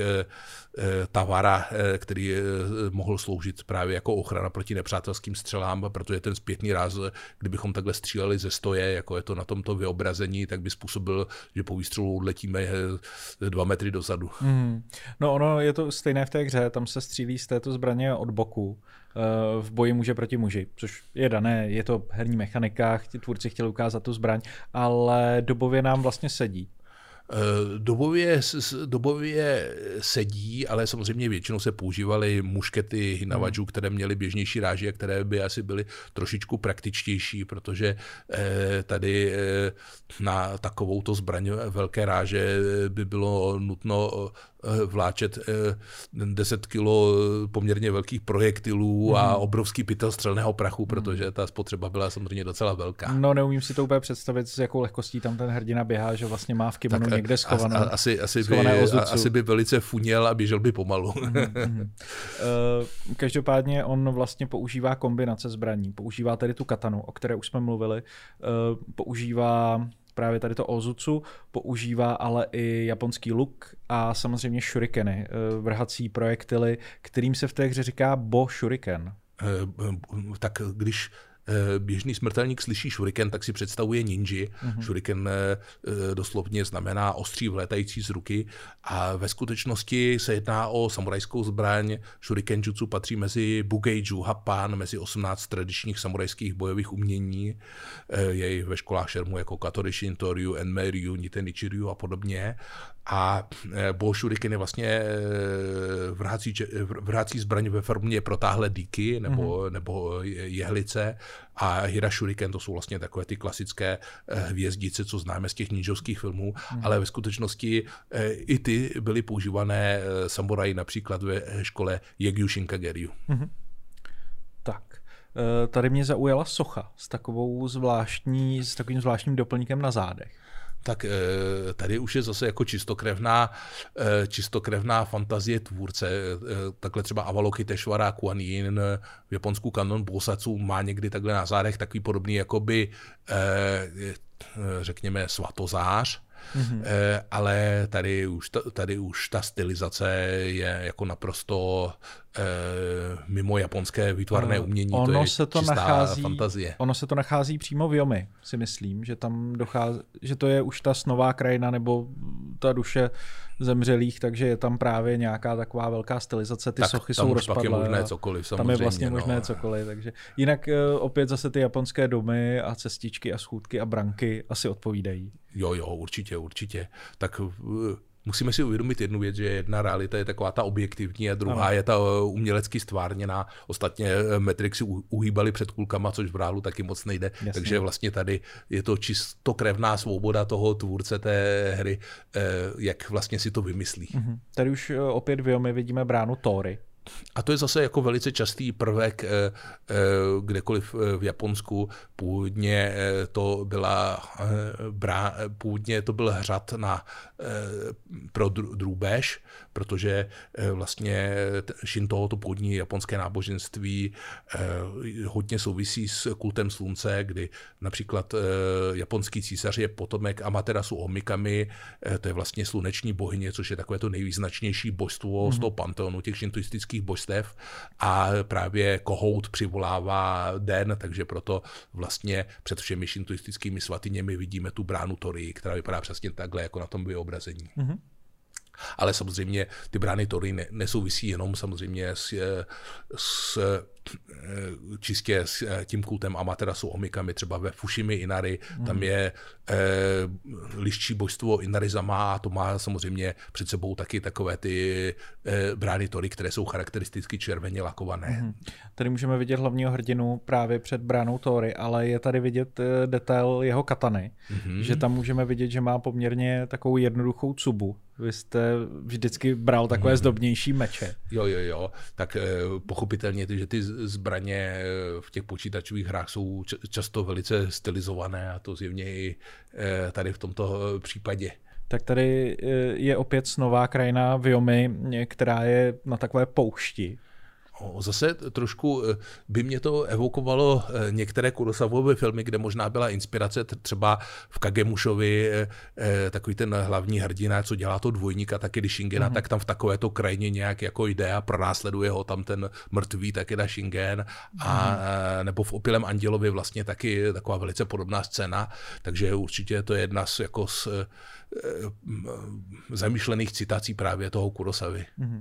tavara, který mohl sloužit právě jako ochrana proti nepřátelským střelám, protože ten zpětný ráz, kdybychom takhle stříleli ze stoje, jako je to na tomto vyobrazení, tak by způsobil, že po výstřelu odletíme dva metry dozadu. Hmm. No ono je to stejné v té hře, tam se střílí z této zbraně od boku. V boji muže proti muži, což je dané, je to herní mechanika, tvůrci chtěli ukázat tu zbraň, ale dobově nám vlastně sedí. Dobově, dobově sedí, ale samozřejmě většinou se používaly muškety Hinawaju, které měly běžnější ráži a které by asi byly trošičku praktičtější, protože tady na takovouto zbraň velké ráže by bylo nutno vláčet deset kilo poměrně velkých projektilů mm. a obrovský pytel střelného prachu, protože ta spotřeba byla samozřejmě docela velká. No neumím si to úplně představit, s jakou lehkostí tam ten hrdina běhá, že vlastně má v kimonu tak někde schované. A, asi, asi, by, asi by velice funěl a běžel by pomalu. Mm. Každopádně on vlastně používá kombinace zbraní. Používá tady tu katanu, o které už jsme mluvili. Používá právě tady to Ozutsu, používá ale i japonský luk a samozřejmě shurikeny, vrhací projektily, kterým se v té hře říká Bo Shuriken. Tak když běžný smrtelník slyší šuriken, tak si představuje ninji. Mm-hmm. Šuriken doslovně znamená ostří vlétající z ruky a ve skutečnosti se jedná o samurajskou zbraň. Shuriken jutsu patří mezi Bugeiju, Happan, mezi osmnáct tradičních samurajských bojových umění. Je ve školách šermu jako Katori Shinto, Ryu, Enmei Ryu, Nitenichi Ryu a podobně. A Bo Shuriken je vlastně vrhací, vrhací zbraň ve formě protáhlé dýky nebo, mm-hmm. nebo jehlice a Hira Shuriken to jsou vlastně takové ty klasické hvězdice, co známe z těch ninjovských filmů, mm-hmm. ale ve skutečnosti i ty byly používané samuraji například ve škole Jegyu Shinkageryu. Mm-hmm. Tak, tady mě zaujala socha s takovou zvláštní, s takovým zvláštním doplňkem na zádech. Tak tady už je zase jako čistokrevná, čistokrevná fantazie tvůrce. Takhle třeba Avalokiteshvara Kuan Yin v Japonsku kanon Bosatsu má někdy takhle na zádech takový podobný jakoby, řekněme, svatozář. Mm-hmm. Ale tady už, ta, tady už ta stylizace je jako naprosto eh, mimo japonské výtvarné umění, ono to je se to čistá nachází, fantazie. Ono se to nachází přímo v Yomi, si myslím, že tam dochází, že to je už ta snová krajina nebo ta duše zemřelých, takže je tam právě nějaká taková velká stylizace, ty tak sochy jsou rozpadlé. Tam je možné cokoliv, samozřejmě. Tam je vlastně možné no. cokoliv, takže jinak opět zase ty japonské domy a cestičky a schůdky a branky asi odpovídají. Jo, jo, určitě, určitě. Tak musíme si uvědomit jednu věc, že jedna realita je taková ta objektivní a druhá ano. je ta umělecky stvárněná. Ostatně Matrixy uhýbali před kulkama, což v reálu taky moc nejde. Jasně. Takže vlastně tady je to čistokrevná svoboda toho tvůrce té hry, jak vlastně si to vymyslí. Mhm. Tady už opět v Yomi vidíme bránu Tori. A to je zase jako velice častý prvek kdekoliv v Japonsku. Původně to byla brá, původně to byl hřad na, pro drůbež, protože vlastně Shinto, to původní japonské náboženství, hodně souvisí s kultem slunce, kdy například japonský císař je potomek Amaterasu Omikami, to je vlastně sluneční bohyně, což je takové to nejvýznačnější božstvo mm-hmm. z toho panteonu těch šintoistických božstev a právě kohout přivolává den, takže proto vlastně před všemi šintoistickými svatyněmi vidíme tu bránu Tori, která vypadá přesně takhle, jako na tom vyobrazení. Mm-hmm. Ale samozřejmě ty brány Tori ne, nesouvisí jenom samozřejmě s, s čistě s tím kultem Amaterasu Omikami, třeba ve Fushimi Inari, mm. tam je eh, liščí božstvo Inarizama a to má samozřejmě před sebou taky takové ty eh, brány Tori, které jsou charakteristicky červeně lakované. Mm. Tady můžeme vidět hlavního hrdinu právě před bránou Tori, ale je tady vidět eh, detail jeho katany, mm. že tam můžeme vidět, že má poměrně takovou jednoduchou cubu. Vy jste vždycky bral takové mm. zdobnější meče. Jo, jo, jo. Tak eh, pochopitelně, že ty zbraně v těch počítačových hrách jsou často velice stylizované a to zjevně i eh, tady v tomto případě. Tak tady je opět snová krajina v Yomi, která je na takové poušti. Zase trošku by mě to evokovalo některé Kurosawovy filmy, kde možná byla inspirace třeba v Kagemushovi, takový ten hlavní hrdina, co dělá to dvojníka, taky když Shingena, mm-hmm. tak tam v takovéto krajině nějak jako jde a pronásleduje ho tam ten mrtvý Takeda Shingen a mm-hmm. nebo v Opilém andělovi vlastně taky taková velice podobná scéna, takže určitě to je jedna z jako z zamýšlených citací právě toho Kurosawy. Mm-hmm.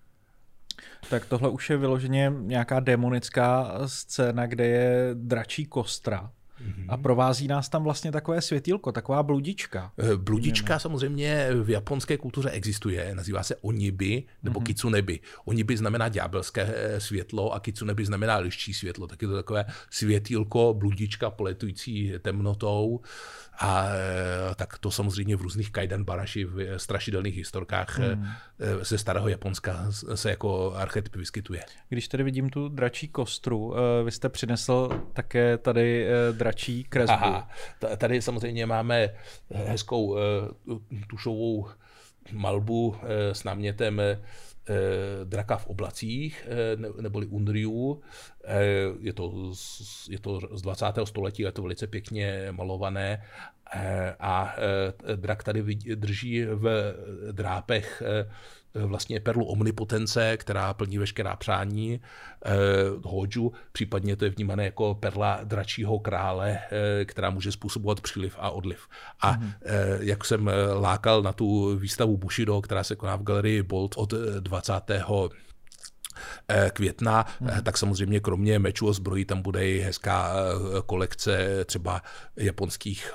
Tak tohle už je vyloženě nějaká démonická scéna, kde je dračí kostra. Mm-hmm. A provází nás tam vlastně takové světýlko, taková bludička. Bludička samozřejmě v japonské kultuře existuje, nazývá se onibi nebo mm-hmm. kitsunebi. Onibi znamená ďábelské světlo a kitsunebi znamená liščí světlo. Tak je to takové světýlko, bludička poletující temnotou. A tak to samozřejmě v různých kaidan barashi, v strašidelných historkách mm. ze starého Japonska se jako archetyp vyskytuje. Když tady vidím tu dračí kostru, vy jste přinesl také tady dračí kresbu. Aha, tady samozřejmě máme hezkou tušovou malbu s námětem draka v oblacích, neboli Unryu. Je to, je to z dvacátého století, je to velice pěkně malované a drak tady drží v drápech vlastně perlu omnipotence, která plní veškerá přání, eh, Hoju, případně to je vnímané jako perla dračího krále, eh, která může způsobovat příliv a odliv. A mm. eh, jak jsem lákal na tu výstavu Bushido, která se koná v galerii Bolt od dvacátého května, hmm. tak samozřejmě kromě mečů a zbrojí tam bude i hezká kolekce třeba japonských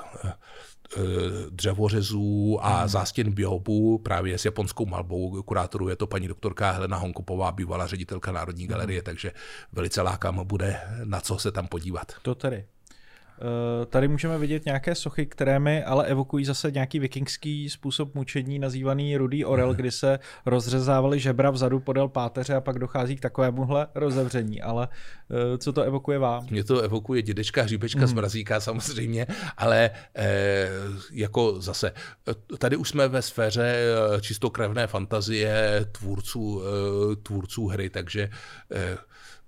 dřevořezů a hmm. zástěn biobu právě s japonskou malbou. Kurátorů je to paní doktorka Helena Honkopová, bývalá ředitelka Národní galerie, hmm. takže velice lákám bude na co se tam podívat. To tedy. Tady můžeme vidět nějaké sochy, které mi ale evokují zase nějaký vikingský způsob mučení nazývaný rudý orel, kdy se rozřezávaly žebra vzadu podél páteře a pak dochází k takovémuhle rozevření. Ale co to evokuje vám? Mě to evokuje dědečka Hříbečka hmm. z Mrazíka samozřejmě, ale eh, jako zase, tady už jsme ve sféře čistokrevné fantazie tvůrců, eh, tvůrců hry, takže eh,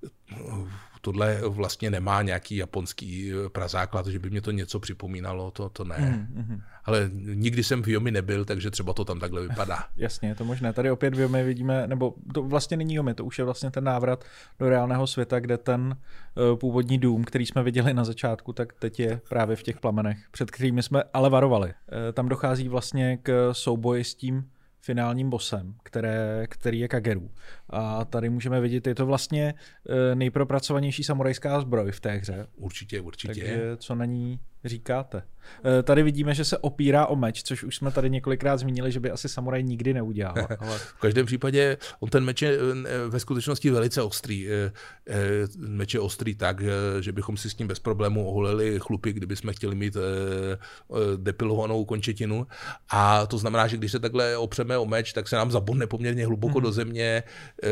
tohle vlastně nemá nějaký japonský prazáklad, že by mě to něco připomínalo, to, to ne. Mm-hmm. Ale nikdy jsem v Yomi nebyl, takže třeba to tam takhle vypadá. Jasně, je to možné. Tady opět v Yomi vidíme, nebo to vlastně není Yomi, to už je vlastně ten návrat do reálného světa, kde ten uh, původní dům, který jsme viděli na začátku, tak teď je právě v těch plamenech, před kterými jsme ale varovali. Uh, tam dochází vlastně k souboji s tím finálním bossem, které, který je Kageru. A tady můžeme vidět, je to vlastně nejpropracovanější samurajská zbroj v té hře. Určitě, určitě. Takže co na ní říkáte? Tady vidíme, že se opírá o meč, což už jsme tady několikrát zmínili, že by asi samuraj nikdy neudělal. Ale... V každém případě on ten meč je ve skutečnosti velice ostrý. Meč je ostrý tak, že bychom si s ním bez problému oholili chlupy, kdyby jsme chtěli mít depilovanou končetinu. A to znamená, že když se takhle opřeme o meč, tak se nám zabodne poměrně hluboko hmm. do země.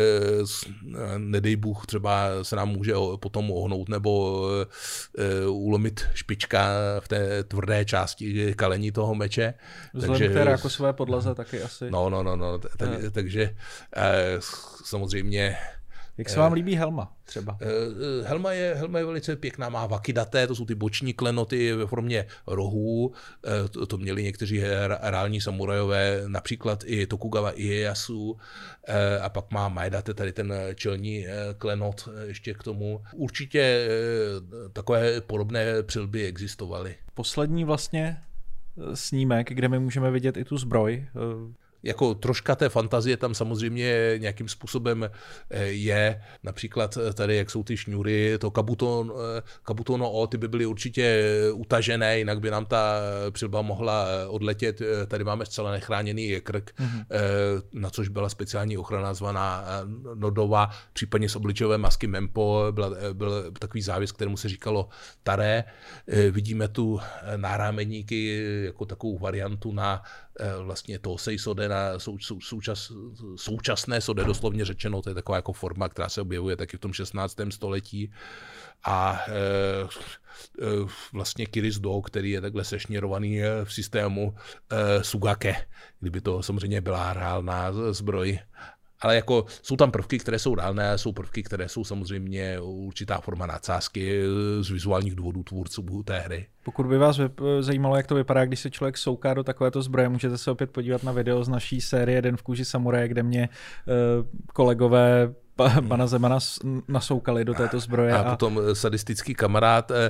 Nedej Bůh, třeba se nám může potom ohnout nebo ulomit špička v té tvrdé části kalení toho meče. Vzhledem takže, k té rákosové podlaze taky asi. No, no, no, no tak, uh. takže eh, samozřejmě... Jak se vám líbí helma třeba? Eh, helma, je, helma je velice pěkná, má wakidaté, to jsou ty boční klenoty ve formě rohů, eh, to, to měli někteří reální samurajové, například i Tokugawa Ieyasu, eh, a pak má Maedate, tady ten čelní eh, klenot eh, ještě k tomu. Určitě eh, takové podobné přilby existovaly. Poslední vlastně snímek, kde my můžeme vidět i tu zbroj. Jako troška té fantazie tam samozřejmě nějakým způsobem je, například tady, jak jsou ty šňůry, to kabuton, kabutono o, ty by byly určitě utažené, jinak by nám ta přilba mohla odletět. Tady máme zcela nechráněný krk, mm-hmm. na což byla speciální ochrana zvaná Nodova, případně z obličejové masky Mempo, byla, byl takový závěs, kterému se říkalo Tare. Vidíme tu nárámeníky jako takovou variantu na vlastně Tosei Sode, na sou, sou, součas, současné Sode, doslovně řečeno, to je taková jako forma, která se objevuje taky v tom šestnáctém století. A e, e, vlastně Kiris Do, který je takhle sešněrovaný v systému e, Sugake, kdyby to samozřejmě byla reálná zbroj. Ale jako jsou tam prvky, které jsou reálné, jsou prvky, které jsou samozřejmě určitá forma nadsázky z vizuálních důvodů tvůrců té hry. Pokud by vás zajímalo, jak to vypadá, když se člověk souká do takovéto zbroje, můžete se opět podívat na video z naší série Den v kůži samuraje, kde mě kolegové pana Zemana nasoukali do této zbroje. A, a potom sadistický kamarád eh,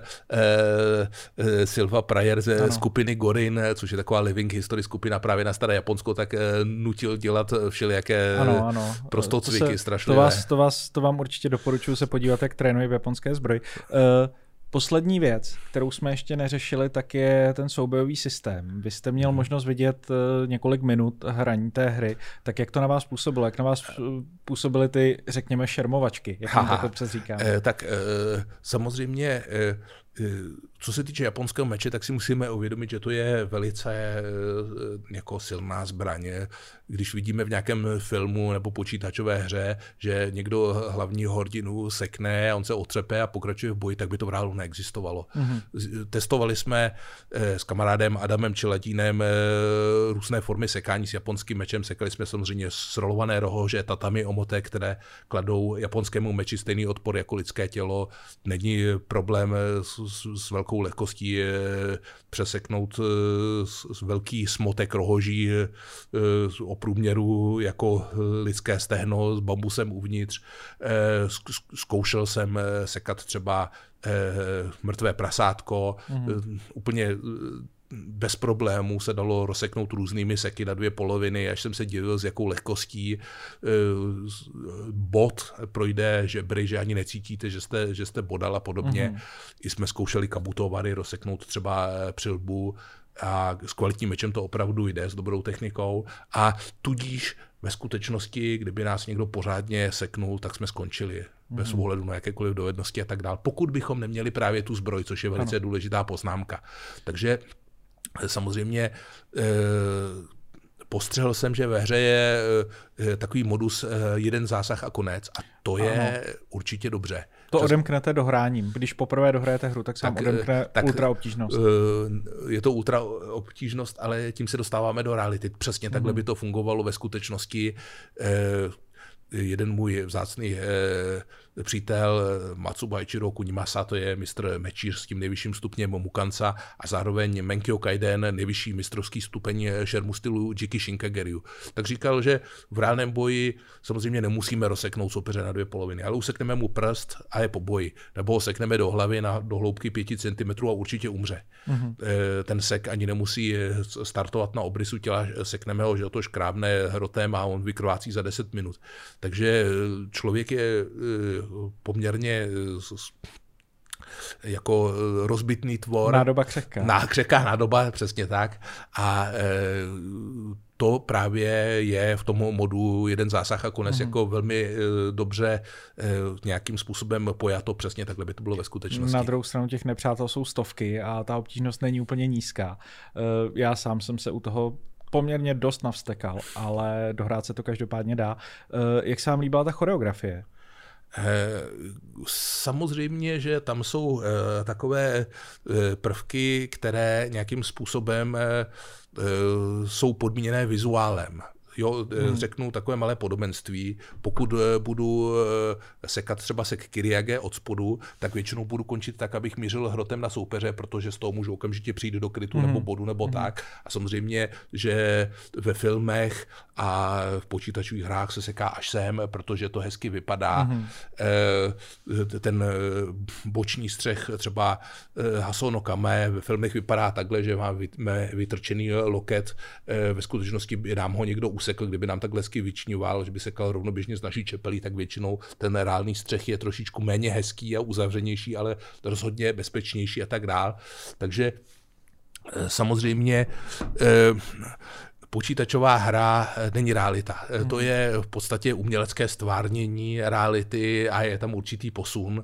eh, Silva Prayer ze ano. skupiny Gorin, což je taková living history skupina právě na staré Japonsko, tak eh, nutil dělat všelijaké ano, ano. prostocviky strašlivé. To, vás, to, vás, to vám určitě doporučuji se podívat, jak trénuje v japonské zbroji. Eh, Poslední věc, kterou jsme ještě neřešili, tak je ten soubojový systém. Vy jste měl možnost vidět několik minut hraní té hry, tak jak to na vás působilo? Jak na vás působily ty, řekněme, šermovačky? Jak to občas říkáme? Eh, tak eh, samozřejmě... Eh, Co se týče japonského meče, tak si musíme uvědomit, že to je velice jako silná zbraně. Když vidíme v nějakém filmu nebo počítačové hře, že někdo hlavního hrdinu sekne a on se otřepe a pokračuje v boji, tak by to v reálu neexistovalo. Mm-hmm. Testovali jsme s kamarádem Adamem Čelatínem různé formy sekání s japonským mečem. Sekali jsme samozřejmě srolované rohože, tatami omote, které kladou japonskému meči stejný odpor jako lidské tělo. Není problém s, s velkou lehkostí přeseknout s velký smotek rohoží o průměru jako lidské stehno s bambusem uvnitř. Zkoušel jsem sekat třeba mrtvé prasátko, mm. úplně bez problémů se dalo rozseknout různými seky na dvě poloviny, až jsem se divil, s jakou lehkostí bod projde žebry, že ani necítíte, že jste, že jste bodal a podobně. Mm. I jsme zkoušeli kabutovary rozseknout třeba přilbu a s kvalitním mečem to opravdu jde, s dobrou technikou. A tudíž ve skutečnosti, kdyby nás někdo pořádně seknul, tak jsme skončili. Mm. Bez ohledu na jakékoliv dovednosti a tak dál. Pokud bychom neměli právě tu zbroj, což je velice ano. důležitá poznámka. Takže samozřejmě eh, postřehl jsem, že ve hře je eh, takový modus eh, jeden zásah a konec a to je ano. určitě dobře. To Čas... odemknete dohráním. Když poprvé dohrajete hru, tak se vám odemkne tak, ultra obtížnost. Eh, je to ultra obtížnost, ale tím se dostáváme do reality. Přesně takhle mm. by to fungovalo ve skutečnosti. Eh, jeden můj vzácný eh, přítel Matsuba Ichiro Kunimasa, to je mistr mečíř s tím nejvyšším stupněm Mukansa a zároveň Menkyo Kaiden, nejvyšší mistrovský stupeň šermu stylu Jiki Shinkageryu. Tak říkal, že v reálném boji samozřejmě nemusíme rozseknout soupeře na dvě poloviny, ale usekneme mu prst a je po boji. Nebo ho sekneme do hlavy na, do hloubky pěti centimetrů a určitě umře. Mm-hmm. Ten sek ani nemusí startovat na obrysu těla, sekneme ho, že to škrábne hrotem a on vykrvácí za deset minut. Takže člověk je poměrně jako rozbitný tvor. Nádoba křehká. Ná, křehká nádoba, přesně tak. A e, to právě je v tom modu jeden zásah a konec mm. jako velmi e, dobře e, nějakým způsobem pojato, přesně takhle by to bylo ve skutečnosti. Na druhou stranu těch nepřátel jsou stovky a ta obtížnost není úplně nízká. E, já sám jsem se u toho poměrně dost navstekal, ale dohrát se to každopádně dá. E, jak se vám líbila ta choreografie? Samozřejmě, že tam jsou takové prvky, které nějakým způsobem jsou podmíněné vizuálem. Jo, hmm. řeknu takové malé podobenství. Pokud budu sekat třeba sek Kyriage od spodu, tak většinou budu končit tak, abych mířil hrotem na soupeře, protože z toho můžu okamžitě přijít do krytu hmm. nebo bodu nebo hmm. tak. A samozřejmě, že ve filmech a v počítačových hrách se seká až sem, protože to hezky vypadá. Hmm. Ten boční střeh třeba Hasono Kame ve filmech vypadá takhle, že má vytrčený loket. Ve skutečnosti dám ho někdo usekl, kdyby nám takhle hezky vyčňoval, že by sekal rovnoběžně z naší čepelí, tak většinou ten reálný střeh je trošičku méně hezký a uzavřenější, ale rozhodně bezpečnější a tak dál. Takže samozřejmě počítačová hra není realita. Hmm. To je v podstatě umělecké stvárnění reality a je tam určitý posun.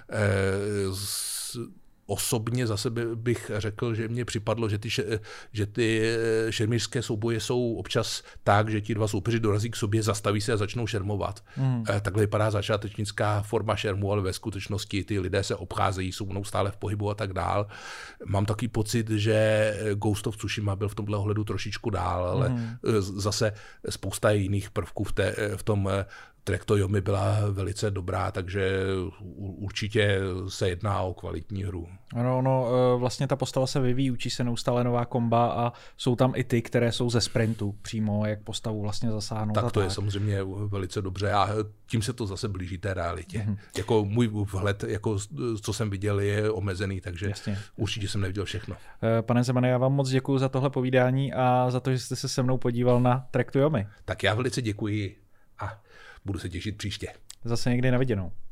Osobně za sebe bych řekl, že mně připadlo, že ty, že ty šermířské souboje jsou občas tak, že ti dva soupeři dorazí k sobě, zastaví se a začnou šermovat. Hmm. Takhle vypadá začátečnická forma šermu, ale ve skutečnosti ty lidé se obcházejí, jsou neustále v pohybu a tak dál. Mám takový pocit, že Ghost of Tsushima byl v tomhle ohledu trošičku dál, ale hmm. zase spousta jiných prvků v, té, v tom Trek Toyomi byla velice dobrá, takže určitě se jedná o kvalitní hru. Ano, no, vlastně ta postava se vyvíjí, učí se neustále nová komba a jsou tam i ty, které jsou ze sprintu přímo, jak postavu vlastně zasáhnout. Tak to tak. je samozřejmě velice dobře a tím se to zase blíží té realitě. Mm-hmm. Jako můj vhled, jako co jsem viděl, je omezený, takže Jasně. určitě jsem neviděl všechno. Pane Zemane, já vám moc děkuji za tohle povídání a za to, že jste se se mnou podíval na Trek Toyomi. Tak já velice děkuji a budu se těšit příště. Zase někdy na viděnou.